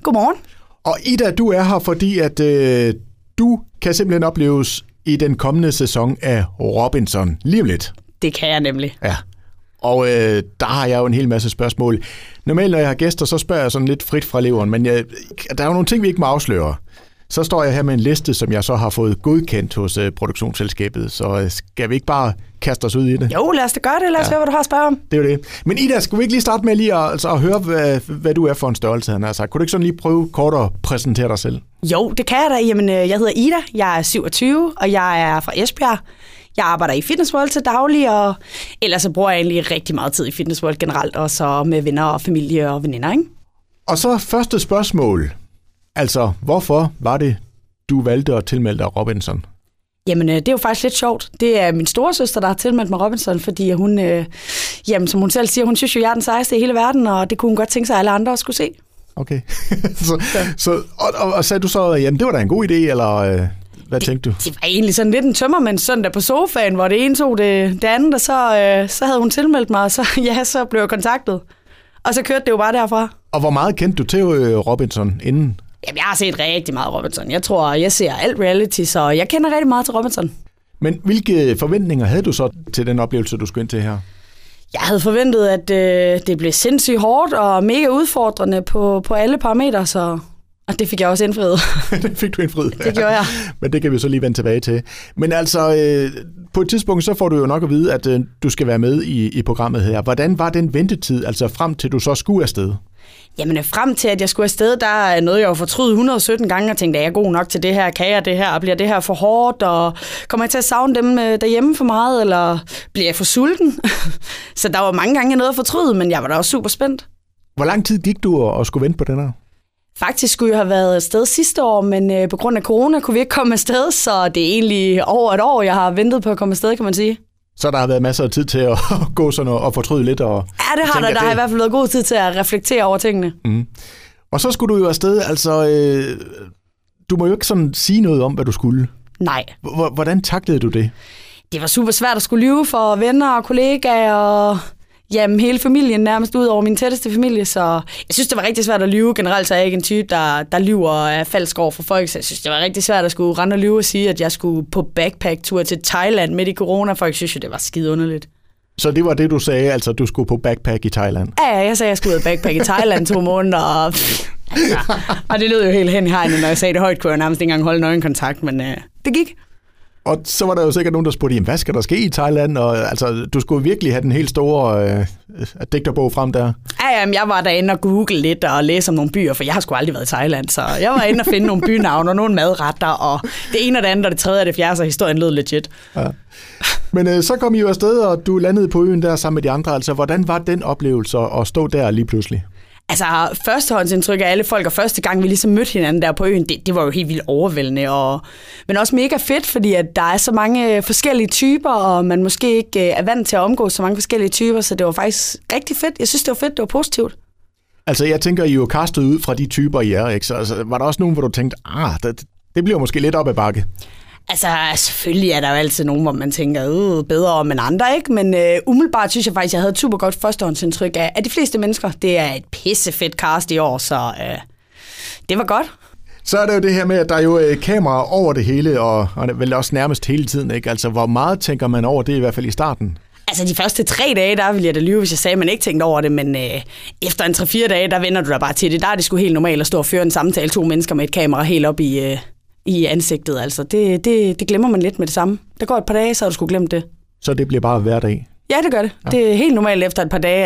Godmorgen. Og Ida, du er her, fordi at du kan simpelthen opleves i den kommende sæson af Robinson. Lige om lidt. Det kan jeg nemlig. Ja. Og der har jeg jo en hel masse spørgsmål. Normalt, når jeg har gæster, så spørger jeg sådan lidt frit fra leveren, men der er jo nogle ting, vi ikke må afsløre. Så står jeg her med en liste, som jeg så har fået godkendt hos produktionsselskabet. Så skal vi ikke bare kaste os ud i det? Jo, lad os da gøre det. Lad os høre, hvad du har at spørge om. Det er jo det. Men Ida, skulle vi ikke lige starte med lige at høre, hvad du er for en størrelse, han har sagt? Kunne du ikke sådan lige prøve kort at præsentere dig selv? Jo, det kan jeg da. Jamen, jeg hedder Ida. Jeg er 27, og jeg er fra Esbjerg. Jeg arbejder i Fitness World til daglig, og ellers så bruger jeg egentlig rigtig meget tid i Fitness World generelt, og så med venner og familie og veninder, ikke? Og så første spørgsmål. Altså, hvorfor var det, du valgte at tilmelde dig Robinson? Jamen, det er jo faktisk lidt sjovt. Det er min storesøster, der har tilmeldt mig Robinson, fordi hun, som hun selv siger, hun synes jo, jeg er den sejeste i hele verden, og det kunne hun godt tænke sig, at alle andre skulle se. Okay. Og sagde du så, jamen det var da en god idé, eller hvad tænkte du? Det var egentlig sådan lidt en tømmermænds søndag på sofaen, hvor det ene tog det andet, og så havde hun tilmeldt mig, og så blev jeg kontaktet. Og så kørte det jo bare derfra. Og hvor meget kendte du til Robinson inden? Jamen, jeg har set rigtig meget Robinson. Jeg tror, jeg ser alt reality, så jeg kender rigtig meget til Robinson. Men hvilke forventninger havde du så til den oplevelse, du skulle ind til her? Jeg havde forventet, at det blev sindssygt hårdt og mega udfordrende på alle parametre, så og det fik jeg også indfriet. Det fik du indfriet. Det gjorde jeg. Men det kan vi så lige vende tilbage til. Men altså, på et tidspunkt, så får du jo nok at vide, at du skal være med i programmet her. Hvordan var den ventetid, altså frem til du så skulle afsted? Jamen frem til, at jeg skulle afsted, der nåede jeg jo fortryde 117 gange og tænkte, at jeg er god nok til det her, kan jeg det her, og bliver det her for hårdt, og kommer jeg til at savne dem derhjemme for meget, eller bliver jeg for sulten? Så der var mange gange, jeg nåede at fortryde, men jeg var da også super spændt. Hvor lang tid gik du og skulle vente på den her? Faktisk skulle jeg have været afsted sidste år, men på grund af corona kunne vi ikke komme afsted, så det er egentlig over et år, jeg har ventet på at komme afsted, kan man sige. Så der har været masser af tid til at gå sådan og fortryde lidt? Og ja, det har der. Der har i hvert fald været god tid til at reflektere over tingene. Mm. Og så skulle du jo afsted, altså du må jo ikke sådan sige noget om, hvad du skulle. Nej. Hvordan taklede du det? Det var super svært at skulle lyve for venner og kollegaer og jamen, hele familien nærmest ud over min tætteste familie, så jeg synes, det var rigtig svært at lyve. Generelt så er jeg ikke en type, der lyver af falsk over for folk, så jeg synes, det var rigtig svært at skulle rende og lyve og sige, at jeg skulle på backpack-tur til Thailand midt i corona. Folk synes jo, det var skide underligt. Så det var det, du sagde, altså du skulle på backpack i Thailand? Ja, jeg sagde, at jeg skulle på backpack i Thailand 2 måneder, og det lød jo helt hen i hegnet, når jeg sagde det højt, kunne jeg nærmest ikke engang holde nøgenkontakt, men det gik. Og så var der jo sikkert nogen, der spurgte, hvad skal der ske i Thailand? Og altså, du skulle virkelig have den helt store digterbog frem der. Ja, jamen, jeg var derinde og google lidt og læse om nogle byer, for jeg har sgu aldrig været i Thailand, så jeg var inde og finde nogle bynavne og nogle madretter, og det ene og det andet, og det tredje og det fjerde, så historien lød legit. Ja. Men så kom I jo afsted, og du landede på øen der sammen med de andre. Altså, hvordan var den oplevelse at stå der lige pludselig? Altså, førstehåndsindtryk af alle folk, og første gang vi ligesom mødte hinanden der på øen, det var jo helt vildt overvældende, men også mega fedt, fordi at der er så mange forskellige typer, og man måske ikke er vant til at omgås så mange forskellige typer, så det var faktisk rigtig fedt. Jeg synes, det var fedt, det var positivt. Altså, jeg tænker, I jo kastet ud fra de typer, I er, ikke? Så altså, var der også nogen, hvor du tænkte, det bliver måske lidt op ad bakke? Altså, selvfølgelig er der jo altid nogen, hvor man tænker, bedre om end andre, ikke? Men umiddelbart synes jeg faktisk, jeg havde et super godt førstehåndsindtryk af de fleste mennesker. Det er et pissefedt cast i år, så det var godt. Så er det jo det her med, at der er jo kameraer over det hele, og vel også nærmest hele tiden, ikke? Altså, hvor meget tænker man over det, i hvert fald i starten? Altså, de første 3 dage, der ville jeg da lyve, hvis jeg sagde, at man ikke tænkte over det, men efter en 3-4 dage, der vender du dig bare til det. Der er det sgu helt normalt at stå og føre en samtale, 2 mennesker med et kamera helt op i ansigtet, altså. Det glemmer man lidt med det samme. Der går et par dage, så har du sgu glemt det. Så det bliver bare hverdag? Ja, det gør det. Ja. Det er helt normalt efter et par dage,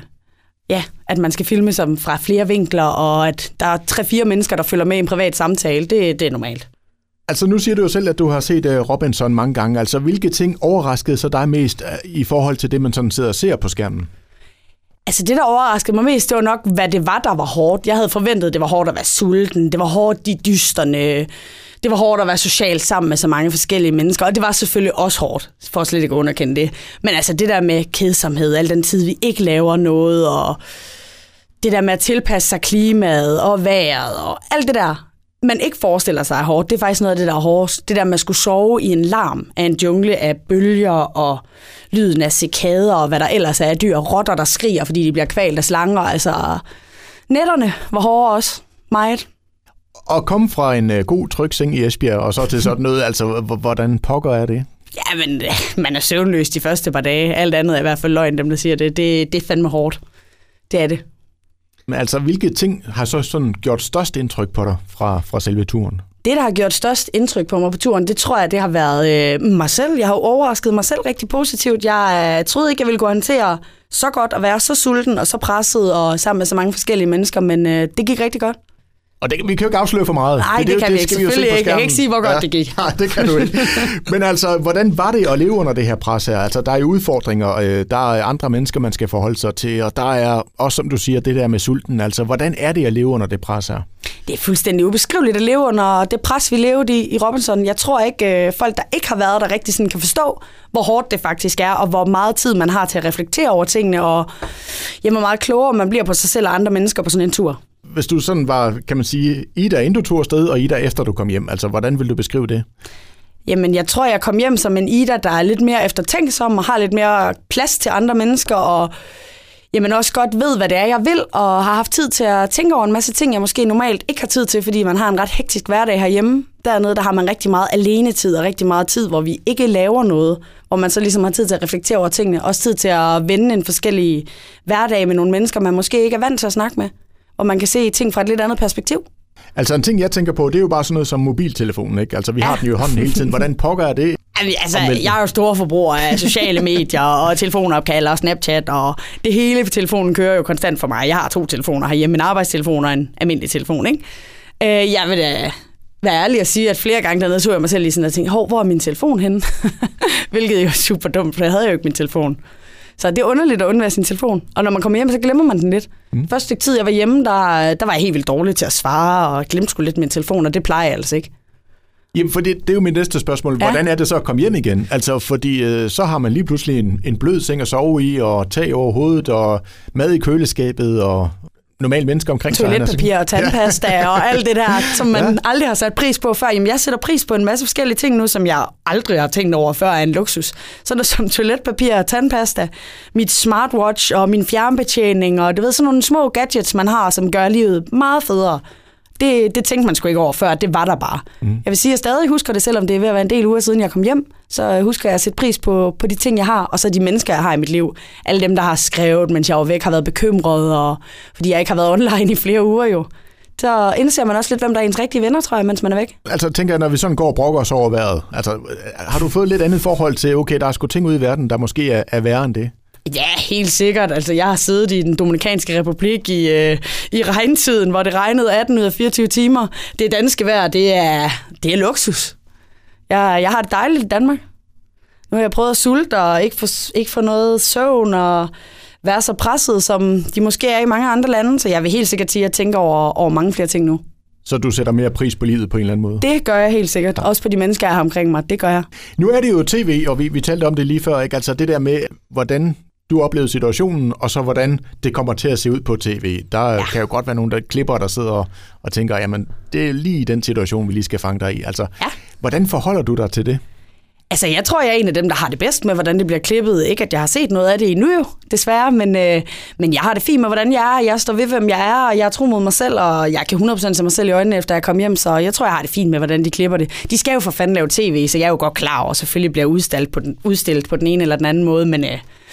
at man skal filme som fra flere vinkler, og at der er 3-4 mennesker, der følger med i en privat samtale. Det er normalt. Altså nu siger du jo selv, at du har set Robinson mange gange. Altså hvilke ting overraskede så dig mest i forhold til det, man sådan sidder og ser på skærmen? Altså det, der overraskede mig mest, det var nok, hvad det var, der var hårdt. Jeg havde forventet, det var hårdt at være sulten, det var hårdt de dysterne, det var hårdt at være socialt sammen med så mange forskellige mennesker, og det var selvfølgelig også hårdt, for at slet ikke underkende det. Men altså det der med kedsomhed, al den tid, vi ikke laver noget, og det der med at tilpasse sig klimaet og vejret, og alt det der, man ikke forestiller sig er hårdt, det er faktisk noget af det, der er hårdest. Det der med at skulle sove i en larm af en jungle af bølger og lyden af cikader og hvad der ellers er af dyr, rotter, der skriger, fordi de bliver kvalt af slanger. Altså, nætterne var hårde også. meget. Og komme fra en god tryg seng i Esbjerg, og så til sådan noget, altså hvordan pokker er det? Ja, men man er søvnløs de første par dage. Alt andet er i hvert fald løgn, dem der siger det. Det er fandme hårdt. Det er det. Men altså, hvilke ting har så sådan gjort størst indtryk på dig fra selve turen? Det, der har gjort størst indtryk på mig på turen, det tror jeg, det har været mig selv. Jeg har overrasket mig selv rigtig positivt. Jeg troede ikke, jeg ville kunne håndtere så godt at være så sulten og så presset og sammen med så mange forskellige mennesker, men det gik rigtig godt. Og vi kan jo ikke afsløre for meget. Nej, det kan vi ikke. Selvfølgelig ikke. Jeg kan ikke sige, hvor godt det gik. Nej, det kan du ikke. Men altså, hvordan var det at leve under det her pres her? Altså, der er jo udfordringer, der er andre mennesker, man skal forholde sig til, og der er også, som du siger, det der med sulten. Altså, hvordan er det at leve under det pres her? Det er fuldstændig ubeskriveligt at leve under det pres, vi levede i Robinson. Jeg tror ikke, folk, der ikke har været der rigtig sådan kan forstå, hvor hårdt det faktisk er, og hvor meget tid man har til at reflektere over tingene, og hvor meget klogere man bliver på sig selv og andre mennesker på sådan en tur. Hvis du sådan var, kan man sige, Ida inden du tog afsted, og Ida efter du kom hjem, altså hvordan vil du beskrive det? Jamen, jeg tror, jeg kom hjem som en Ida, der er lidt mere eftertænksom og har lidt mere plads til andre mennesker, og jamen også godt ved, hvad det er, jeg vil, og har haft tid til at tænke over en masse ting, jeg måske normalt ikke har tid til, fordi man har en ret hektisk hverdag herhjemme. Dernede, der har man rigtig meget alenetid og rigtig meget tid, hvor vi ikke laver noget, hvor man så ligesom har tid til at reflektere over tingene, også tid til at vende en forskellig hverdag med nogle mennesker, man måske ikke er vant til at snakke med, og man kan se ting fra et lidt andet perspektiv. Altså en ting, jeg tænker på, det er jo bare sådan noget som mobiltelefonen, ikke? Altså vi har den jo i hånden hele tiden. Hvordan pokker er det? Altså, jeg er jo store forbruger af sociale medier og telefonopkald og Snapchat, og det hele på telefonen kører jo konstant for mig. Jeg har 2 telefoner herhjemme, en arbejdstelefon og en almindelig telefon, ikke? Jeg vil da være ærlig at sige, at flere gange dernede så jeg mig selv lige sådan og tænkte, hvor er min telefon henne? Hvilket jo er super dumt, for jeg havde jo ikke min telefon. Så det er underligt at undvære sin telefon. Og når man kommer hjem, så glemmer man den lidt. Første stykke tid, jeg var hjemme, der var jeg helt vildt dårlig til at svare, og glemte sgu lidt min telefon, og det plejer jeg altså ikke. Jamen, for det er jo mit næste spørgsmål. Hvordan er det så at komme hjem igen? Altså, fordi så har man lige pludselig en blød seng at sove i, og tag over hovedet, og mad i køleskabet, og normale mennesker omkring sig. Toiletpapir og tandpasta og alt det der, som man aldrig har sat pris på før. Jamen, jeg sætter pris på en masse forskellige ting nu, som jeg aldrig har tænkt over før er en luksus. Sådan noget som toiletpapir og tandpasta, mit smartwatch og min fjernbetjening, og du ved, sådan nogle små gadgets, man har, som gør livet meget federe. Det tænkte man sgu ikke over før, det var der bare. Jeg vil sige, at jeg stadig husker det, selvom det er ved at være en del uger siden, jeg kom hjem. Så husker jeg at sætte pris på de ting, jeg har, og så de mennesker, jeg har i mit liv. Alle dem, der har skrevet, mens jeg var væk, har været bekymret, og fordi jeg ikke har været online i flere uger jo. Så indser man også lidt, hvem der er ens rigtige venner, tror jeg, mens man er væk. Altså tænker jeg, når vi sådan går og brokker os over vejret, altså har du fået lidt andet forhold til, okay, der er sgu ting ude i verden, der måske er værre end det? Ja, helt sikkert. Altså, jeg har siddet i den Dominikanske Republik i regntiden, hvor det regnede 18 ud af 24 timer. Det danske vejr, det er luksus. Jeg har det dejligt i Danmark. Nu har jeg prøvet at sulte og ikke få noget søvn og være så presset, som de måske er i mange andre lande. Så jeg vil helt sikkert sige, at jeg tænker over mange flere ting nu. Så du sætter mere pris på livet på en eller anden måde? Det gør jeg helt sikkert. Også på de mennesker, jeg har omkring mig. Det gør jeg. Nu er det jo tv, og vi talte om det lige før, ikke? Altså det der med, hvordan du oplevede situationen, og så hvordan det kommer til at se ud på tv. Der kan jo godt være nogle der klipper, der sidder og tænker, jamen det er lige den situation, vi lige skal fange dig i. Altså, hvordan forholder du dig til det? Altså, jeg tror, jeg er en af dem, der har det bedst med, hvordan det bliver klippet. Ikke, at jeg har set noget af det endnu jo, desværre, men jeg har det fint med, hvordan jeg er. Jeg står ved, hvem jeg er, og jeg er tro mod mig selv, og jeg kan 100% se mig selv i øjnene, efter jeg kom hjem, så jeg tror, jeg har det fint med, hvordan de klipper det. De skal jo for fanden lave tv, så jeg er jo godt klar over, selvfølgelig bliver udstillet på den ene eller den anden måde, men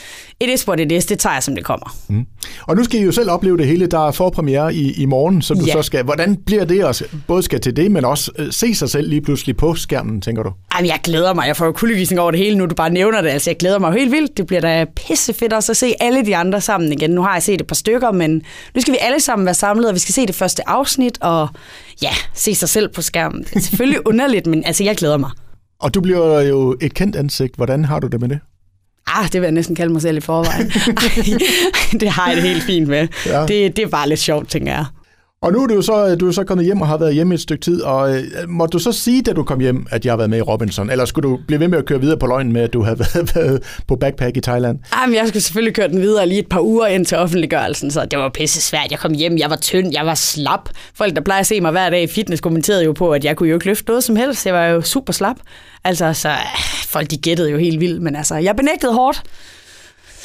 det tager jeg, som det kommer. Og nu skal I jo selv opleve det hele. Der er forpremiere i morgen, så du så skal. Hvordan bliver det også? Både skal til det, men også se sig selv lige pludselig på skærmen, tænker du? Jamen, jeg glæder mig. Jeg får jo kuldevisning over det hele nu, du bare nævner det. Altså, jeg glæder mig jo helt vildt. Det bliver da pissefedt også at se alle de andre sammen igen. Nu har jeg set et par stykker, men nu skal vi alle sammen være samlet, og vi skal se det første afsnit, og se sig selv på skærmen. Det er selvfølgelig underligt, men altså, jeg glæder mig. Og du bliver jo et kendt ansigt. Hvordan har du det med det? Det vil jeg næsten kalde mig selv i forvejen. Det har jeg det helt fint med. Ja. Det er bare lidt sjovt, tænker jeg. Og nu er du er så kommet hjem og har været hjemme et stykke tid, og måtte du så sige, da du kom hjem, at jeg har været med i Robinson? Eller skulle du blive ved med at køre videre på løgnen med, at du havde været på backpack i Thailand? Jamen, jeg skulle selvfølgelig køre den videre lige et par uger ind til offentliggørelsen, så det var pisse svært. Jeg kom hjem, jeg var tynd, jeg var slap. Folk, der plejer at se mig hver dag i fitness, kommenterede jo på, at jeg kunne jo ikke løfte noget som helst. Jeg var jo super slap. Altså, så folk de gættede jo helt vildt, men altså, jeg benægtede hårdt.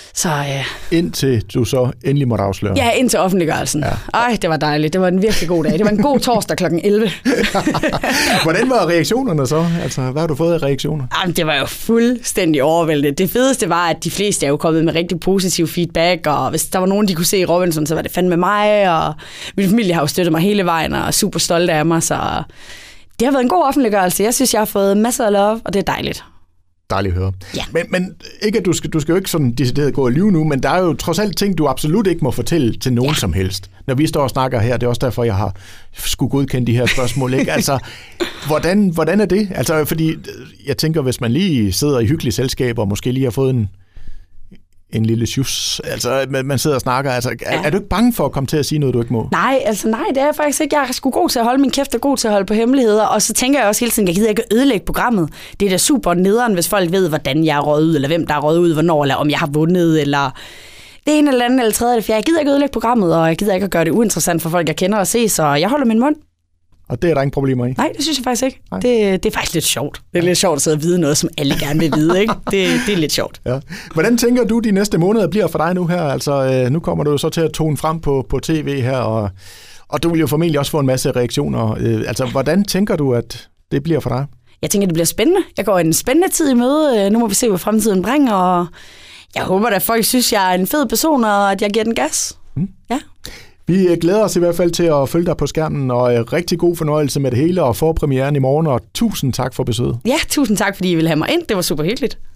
Så indtil du så endelig måtte afsløre. Ja, indtil offentliggørelsen. Ja. Ej, det var dejligt. Det var en virkelig god dag. Det var en god torsdag kl. 11. Hvordan var reaktionerne så? Altså, hvad har du fået af reaktioner? Jamen, det var jo fuldstændig overvældende. Det fedeste var, at de fleste er jo kommet med rigtig positiv feedback, og hvis der var nogen, de kunne se i Robinson, så var det fandme mig, og min familie har jo støttet mig hele vejen, og er super stolte af mig, så det har været en god offentliggørelse. Jeg synes, jeg har fået masser af love, og det er dejligt. Dejligt at høre. Ja. Men ikke, at du skal jo ikke sådan decideret gå og lyve nu, men der er jo trods alt ting, du absolut ikke må fortælle til nogen som helst. Når vi står og snakker her, det er også derfor, jeg har skulle godkende de her spørgsmål. Ikke? Altså, hvordan er det? Altså, fordi jeg tænker, hvis man lige sidder i hyggelige selskaber, og måske lige har fået en lille sjus. Altså, man sidder og snakker. Altså, er du ikke bange for at komme til at sige noget, du ikke må? Nej, det er jeg faktisk ikke. Jeg er sgu god til at holde min kæft og god til at holde på hemmeligheder. Og så tænker jeg også hele tiden, jeg gider ikke ødelægge programmet. Det er da super nederen, hvis folk ved, hvordan jeg er røget ud, eller hvem der er røget ud, hvornår, eller om jeg har vundet, eller det ene eller andet, eller tredje eller fjerde. Jeg gider ikke ødelægge programmet, og jeg gider ikke at gøre det uinteressant for folk, jeg kender og se, så jeg holder min mund. Og det er der ingen problemer i? Nej, det synes jeg faktisk ikke. Det er faktisk lidt sjovt. Det er lidt sjovt at sidde og vide noget, som alle gerne vil vide, ikke? Det er lidt sjovt. Ja. Hvordan tænker du, de næste måneder bliver for dig nu her? Altså, nu kommer du så til at tone frem på tv her, og du vil jo formentlig også få en masse reaktioner. Altså, hvordan tænker du, at det bliver for dig? Jeg tænker, det bliver spændende. Jeg går en spændende tid i møde. Nu må vi se, hvad fremtiden bringer, og jeg håber, at folk synes, jeg er en fed person, og at jeg giver den gas. Ja. Vi glæder os i hvert fald til at følge dig på skærmen, og rigtig god fornøjelse med det hele, og forpremieren i morgen, og tusind tak for besøget. Ja, tusind tak, fordi I ville have mig ind. Det var super hyggeligt.